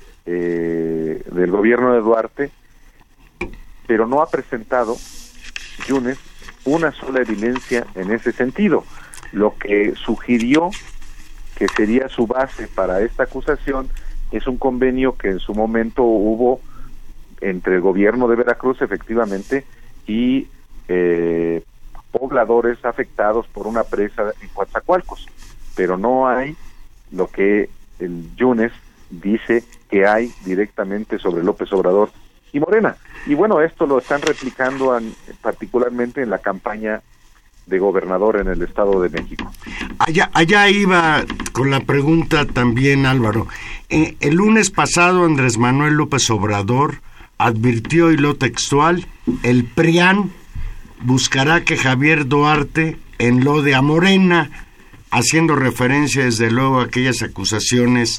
F: eh, del gobierno de Duarte, pero no ha presentado Yunes una sola evidencia en ese sentido, lo que sugirió que sería su base para esta acusación es un convenio que en su momento hubo entre el gobierno de Veracruz, efectivamente, y eh, pobladores afectados por una presa en Coatzacoalcos, pero no hay lo que el Yunes dice que hay directamente sobre López Obrador y Morena. Y bueno, esto lo están replicando en, particularmente en la campaña de gobernador en el Estado de México.
E: Allá, allá iba con la pregunta también, Álvaro. Eh, el lunes pasado Andrés Manuel López Obrador advirtió, y lo textual, el PRIAN buscará que Javier Duarte enlode a Morena, haciendo referencia desde luego a aquellas acusaciones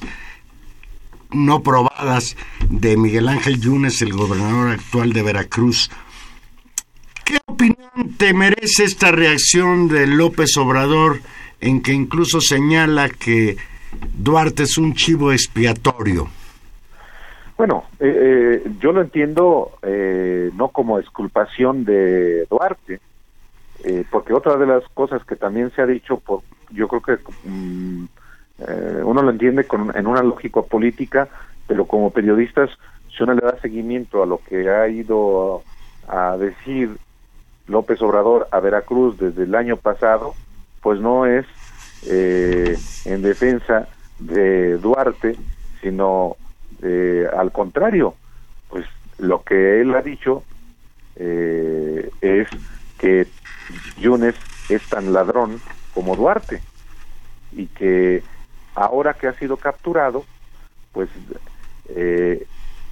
E: no probadas de Miguel Ángel Yunes, el gobernador actual de Veracruz. ¿Qué opinión te merece esta reacción de López Obrador, en que incluso señala que Duarte es un chivo expiatorio?
F: Bueno, eh, eh, yo lo entiendo eh, no como exculpación de Duarte, eh, porque otra de las cosas que también se ha dicho, por, yo creo que um, eh, uno lo entiende con, en una lógica política, pero como periodistas, si uno le da seguimiento a lo que ha ido a, a decir López Obrador a Veracruz desde el año pasado, pues no es eh, en defensa de Duarte, sino eh, al contrario, pues lo que él ha dicho eh, es que Yunes es tan ladrón como Duarte, y que ahora que ha sido capturado, pues eh,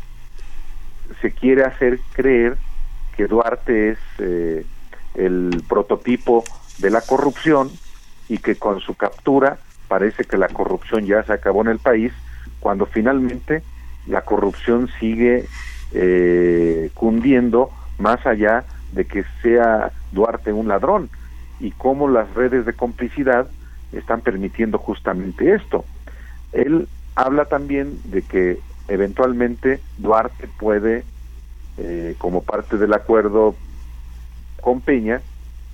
F: se quiere hacer creer que Duarte es eh, el prototipo de la corrupción, y que con su captura parece que la corrupción ya se acabó en el país, cuando finalmente la corrupción sigue eh, cundiendo, más allá de que sea Duarte un ladrón, y cómo las redes de complicidad están permitiendo justamente esto. Él habla también de que eventualmente Duarte puede, eh, como parte del acuerdo con Peña,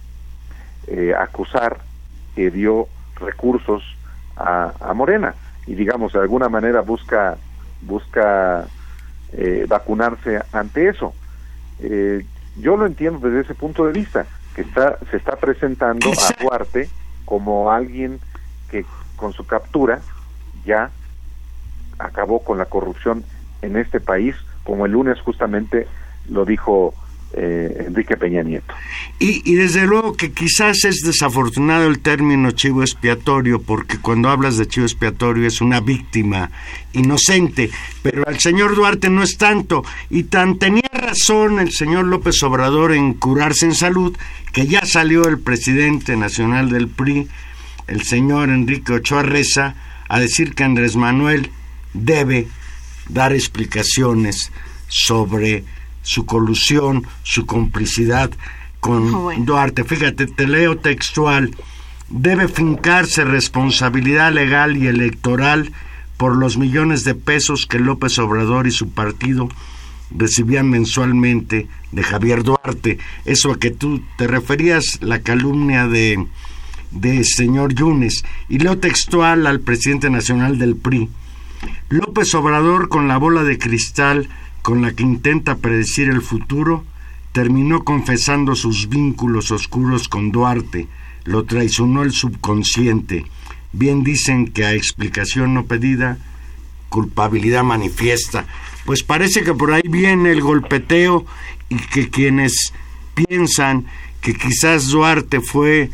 F: eh, acusar que dio recursos a, a Morena, y digamos de alguna manera busca busca eh, vacunarse ante eso. Eh, yo lo entiendo desde ese punto de vista, que está se está presentando a Duarte como alguien que con su captura ya acabó con la corrupción en este país, como el lunes justamente lo dijo eh, Enrique Peña Nieto.
E: Y, y desde luego que quizás es desafortunado el término chivo expiatorio, porque cuando hablas de chivo expiatorio es una víctima inocente, pero al señor Duarte no es tanto, y tan tenía razón el señor López Obrador en curarse en salud, que ya salió el presidente nacional del P R I, el señor Enrique Ochoa Reza, a decir que Andrés Manuel debe dar explicaciones sobre su colusión, su complicidad con oh, bueno. Duarte. Fíjate, te leo textual: debe fincarse responsabilidad legal y electoral por los millones de pesos que López Obrador y su partido recibían mensualmente de Javier Duarte. Eso a que tú te referías, la calumnia de de señor Yunes. Y leo textual al presidente nacional del P R I: López Obrador, con la bola de cristal con la que intenta predecir el futuro, terminó confesando sus vínculos oscuros con Duarte. Lo traicionó el subconsciente. Bien dicen que a explicación no pedida, culpabilidad manifiesta. Pues parece que por ahí viene el golpeteo, y que quienes piensan que quizás Duarte fue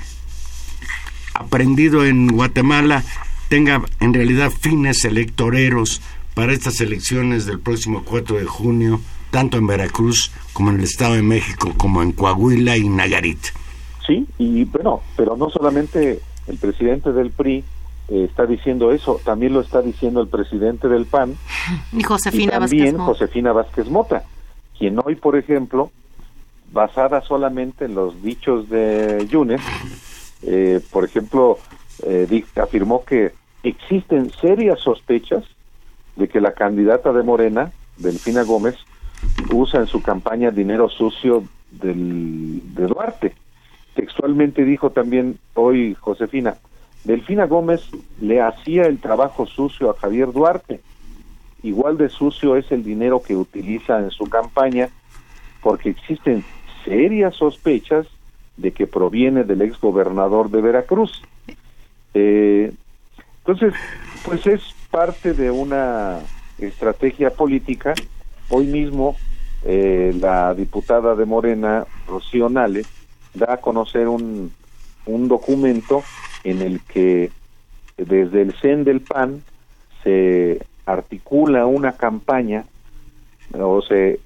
E: aprendido en Guatemala tenga en realidad fines electoreros para estas elecciones del próximo cuatro de junio, tanto en Veracruz como en el Estado de México, como en Coahuila y Nayarit.
F: Sí, y bueno, pero no solamente el presidente del P R I eh, está diciendo eso, también lo está diciendo el presidente del P A N
D: y Josefina
F: y también
D: Vázquez Mota.
F: Josefina Vázquez Mota, quien hoy, por ejemplo, basada solamente en los dichos de Yunes, eh, por ejemplo, eh, afirmó que existen serias sospechas de que la candidata de Morena, Delfina Gómez, usa en su campaña dinero sucio del, de Duarte. Textualmente dijo también hoy Josefina: Delfina Gómez le hacía el trabajo sucio a Javier Duarte. Igual de sucio es el dinero que utiliza en su campaña, porque existen serias sospechas de que proviene del exgobernador de Veracruz. Eh, entonces, pues es parte de una estrategia política. Hoy mismo eh, la diputada de Morena, Rocío Nale, da a conocer un, un documento en el que desde el C E N del P A N se articula una campaña, o se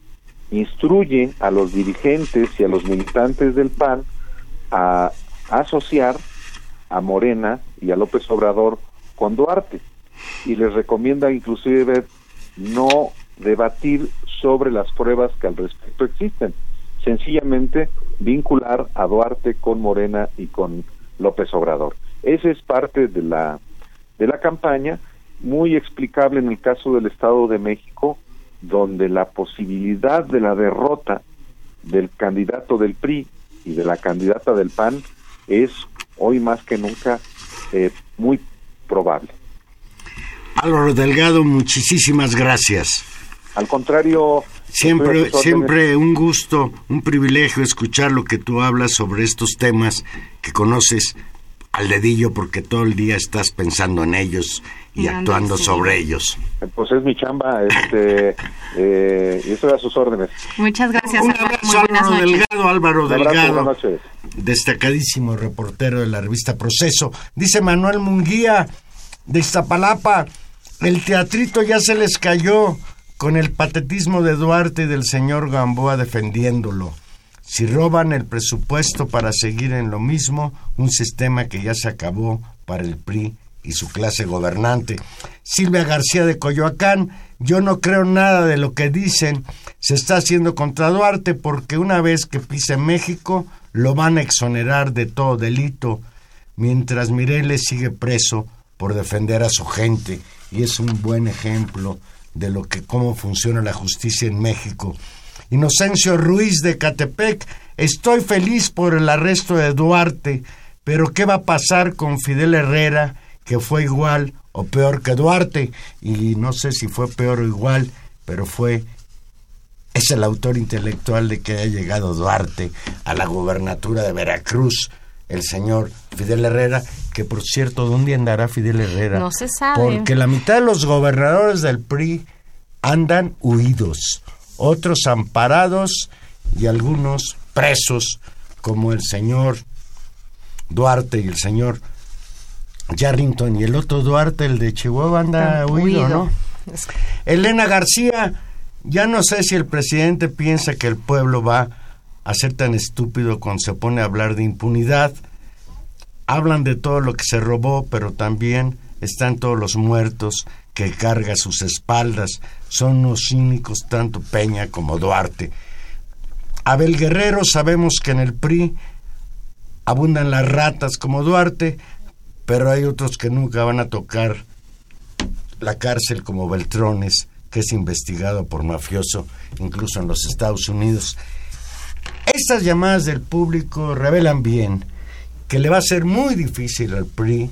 F: instruye a los dirigentes y a los militantes del P A N a asociar a Morena y a López Obrador con Duarte, y les recomienda inclusive no debatir sobre las pruebas que al respecto existen, sencillamente vincular a Duarte con Morena y con López Obrador. Esa es parte de la de la campaña, muy explicable en el caso del Estado de México, donde la posibilidad de la derrota del candidato del P R I y de la candidata del P A N es hoy más que nunca eh, muy probable.
E: Álvaro Delgado, muchísimas gracias.
F: Al contrario,
E: siempre siempre un gusto, un privilegio escuchar lo que tú hablas sobre estos temas que conoces al dedillo, porque todo el día estás pensando en ellos y Grande, actuando sí. sobre ellos.
F: Pues es mi chamba, este, eh, y estoy a sus órdenes.
D: Muchas gracias.
E: Un abrazo, Álvaro Delgado, Álvaro
F: Un abrazo,
E: Delgado,
F: buenas noches.
E: Destacadísimo reportero de la revista Proceso. Dice Manuel Munguía, de Iztapalapa, el teatrito ya se les cayó con el patetismo de Duarte y del señor Gamboa defendiéndolo. Si roban el presupuesto para seguir en lo mismo, un sistema que ya se acabó para el P R I y su clase gobernante. Silvia García de Coyoacán, yo no creo nada de lo que dicen, se está haciendo contra Duarte porque una vez que pise México, lo van a exonerar de todo delito, mientras Mireles sigue preso por defender a su gente, y es un buen ejemplo de lo que cómo funciona la justicia en México. Inocencio Ruiz de Catepec, estoy feliz por el arresto de Duarte, pero ¿qué va a pasar con Fidel Herrera, que fue igual o peor que Duarte? Y no sé si fue peor o igual, pero fue, es el autor intelectual de que haya llegado Duarte a la gobernatura de Veracruz, el señor Fidel Herrera, que por cierto, ¿dónde andará Fidel Herrera?
D: No se sabe.
E: Porque la mitad de los gobernadores del P R I andan huidos, otros amparados y algunos presos, como el señor Duarte y el señor Yarrington, y el otro Duarte, el de Chihuahua, anda huido, huido, ¿no? Es... Elena García, ya no sé si el presidente piensa que el pueblo va a ser tan estúpido cuando se pone a hablar de impunidad. Hablan de todo lo que se robó, pero también están todos los muertos que carga a sus espaldas. Son unos cínicos tanto Peña como Duarte. Abel Guerrero, sabemos que en el P R I abundan las ratas como Duarte, pero hay otros que nunca van a tocar la cárcel como Beltrones, que es investigado por mafioso incluso en los Estados Unidos. Estas llamadas del público revelan bien que le va a ser muy difícil al P R I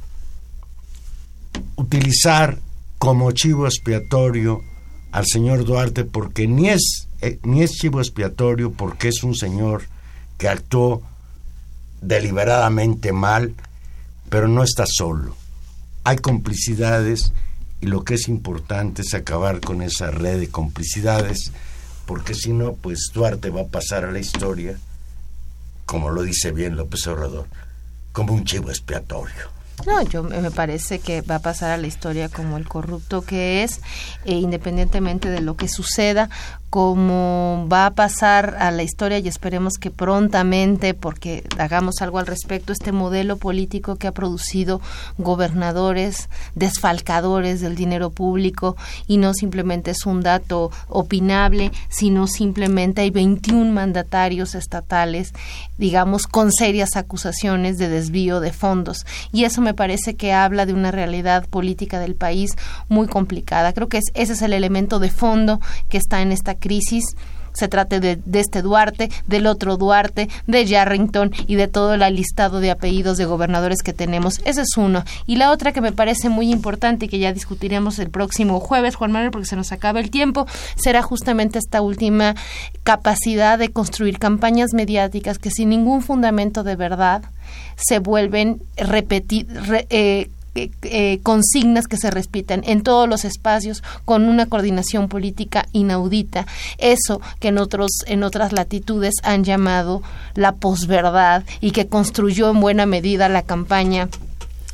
E: utilizar como chivo expiatorio al señor Duarte, porque ni es, eh, ni es chivo expiatorio, porque es un señor que actuó deliberadamente mal, pero no está solo. Hay complicidades, y lo que es importante es acabar con esa red de complicidades, porque si no, pues Duarte va a pasar a la historia, como lo dice bien López Obrador, como un chivo expiatorio.
D: No, yo me parece que va a pasar a la historia como el corrupto que es, e independientemente de lo que suceda, como va a pasar a la historia, y esperemos que prontamente, porque hagamos algo al respecto, este modelo político que ha producido gobernadores desfalcadores del dinero público, y no simplemente es un dato opinable, sino simplemente hay veintiún mandatarios estatales, digamos, con serias acusaciones de desvío de fondos, y eso me parece que habla de una realidad política del país muy complicada. Creo que es, ese es el elemento de fondo que está en esta crisis. Se trate de, de este Duarte, del otro Duarte, de Yarrington y de todo el listado de apellidos de gobernadores que tenemos. Esa es uno. Y la otra que me parece muy importante y que ya discutiremos el próximo jueves, Juan Manuel, porque se nos acaba el tiempo, será justamente esta última capacidad de construir campañas mediáticas que sin ningún fundamento de verdad se vuelven repetir, re, eh, Eh, eh, consignas que se repiten en todos los espacios con una coordinación política inaudita. Eso que en otros en otras latitudes han llamado la posverdad y que construyó en buena medida la campaña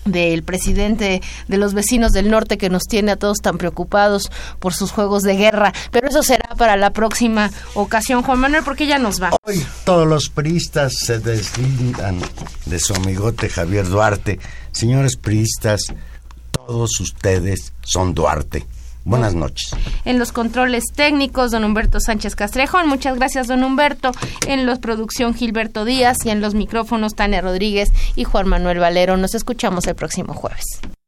D: del presidente de los vecinos del norte que nos tiene a todos tan preocupados por sus juegos de guerra, pero eso será para la próxima ocasión, Juan Manuel, porque ya nos va.
E: Hoy todos los priistas se deslindan de su amigote Javier Duarte. Señores priistas, todos ustedes son Duarte. Buenas noches.
D: En los controles técnicos, don Humberto Sánchez Castrejón. Muchas gracias, don Humberto. En la producción, Gilberto Díaz. Y en los micrófonos, Tania Rodríguez y Juan Manuel Valero. Nos escuchamos el próximo jueves.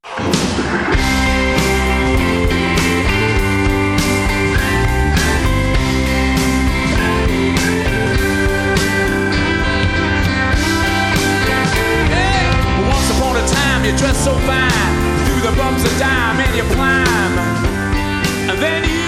G: Hey, once upon a time you dressed so fine, through the bumps of dime and you climb. And then you